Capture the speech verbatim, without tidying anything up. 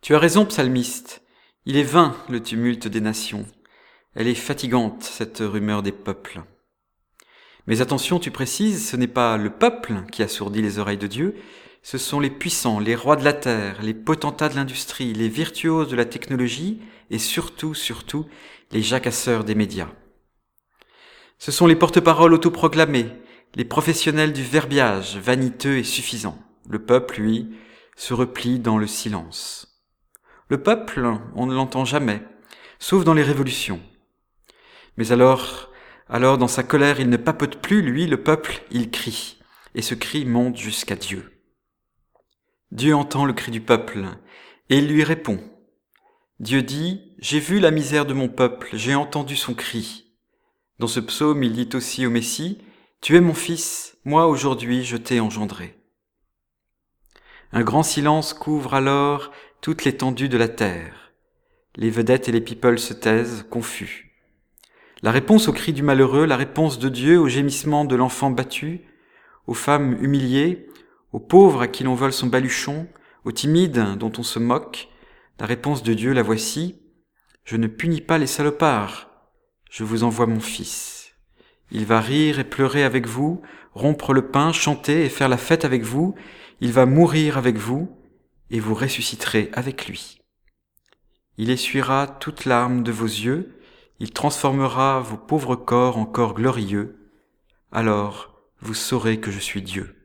Tu as raison, psalmiste. Il est vain le tumulte des nations. Elle est fatigante, cette rumeur des peuples. Mais attention, tu précises, ce n'est pas le peuple qui assourdit les oreilles de Dieu, ce sont les puissants, les rois de la terre, les potentats de l'industrie, les virtuoses de la technologie et surtout, surtout, les jacasseurs des médias. Ce sont les porte-paroles autoproclamés, les professionnels du verbiage, vaniteux et suffisants. Le peuple, lui, se replie dans le silence. Le peuple, on ne l'entend jamais, sauf dans les révolutions. Mais alors, alors dans sa colère, il ne papote plus, lui, le peuple, il crie. Et ce cri monte jusqu'à Dieu. Dieu entend le cri du peuple, et il lui répond. Dieu dit, « J'ai vu la misère de mon peuple, j'ai entendu son cri. » Dans ce psaume, il dit aussi au Messie, « Tu es mon fils, moi aujourd'hui je t'ai engendré. » Un grand silence couvre alors toute l'étendue de la terre. Les vedettes et les people se taisent, confus. La réponse au cri du malheureux, la réponse de Dieu au gémissement de l'enfant battu, aux femmes humiliées, aux pauvres à qui l'on vole son baluchon, aux timides dont on se moque, la réponse de Dieu, la voici. Je ne punis pas les salopards, je vous envoie mon fils. Il va rire et pleurer avec vous, rompre le pain, chanter et faire la fête avec vous. Il va mourir avec vous et vous ressusciterez avec lui. Il essuiera toute larme de vos yeux, il transformera vos pauvres corps en corps glorieux. Alors vous saurez que je suis Dieu.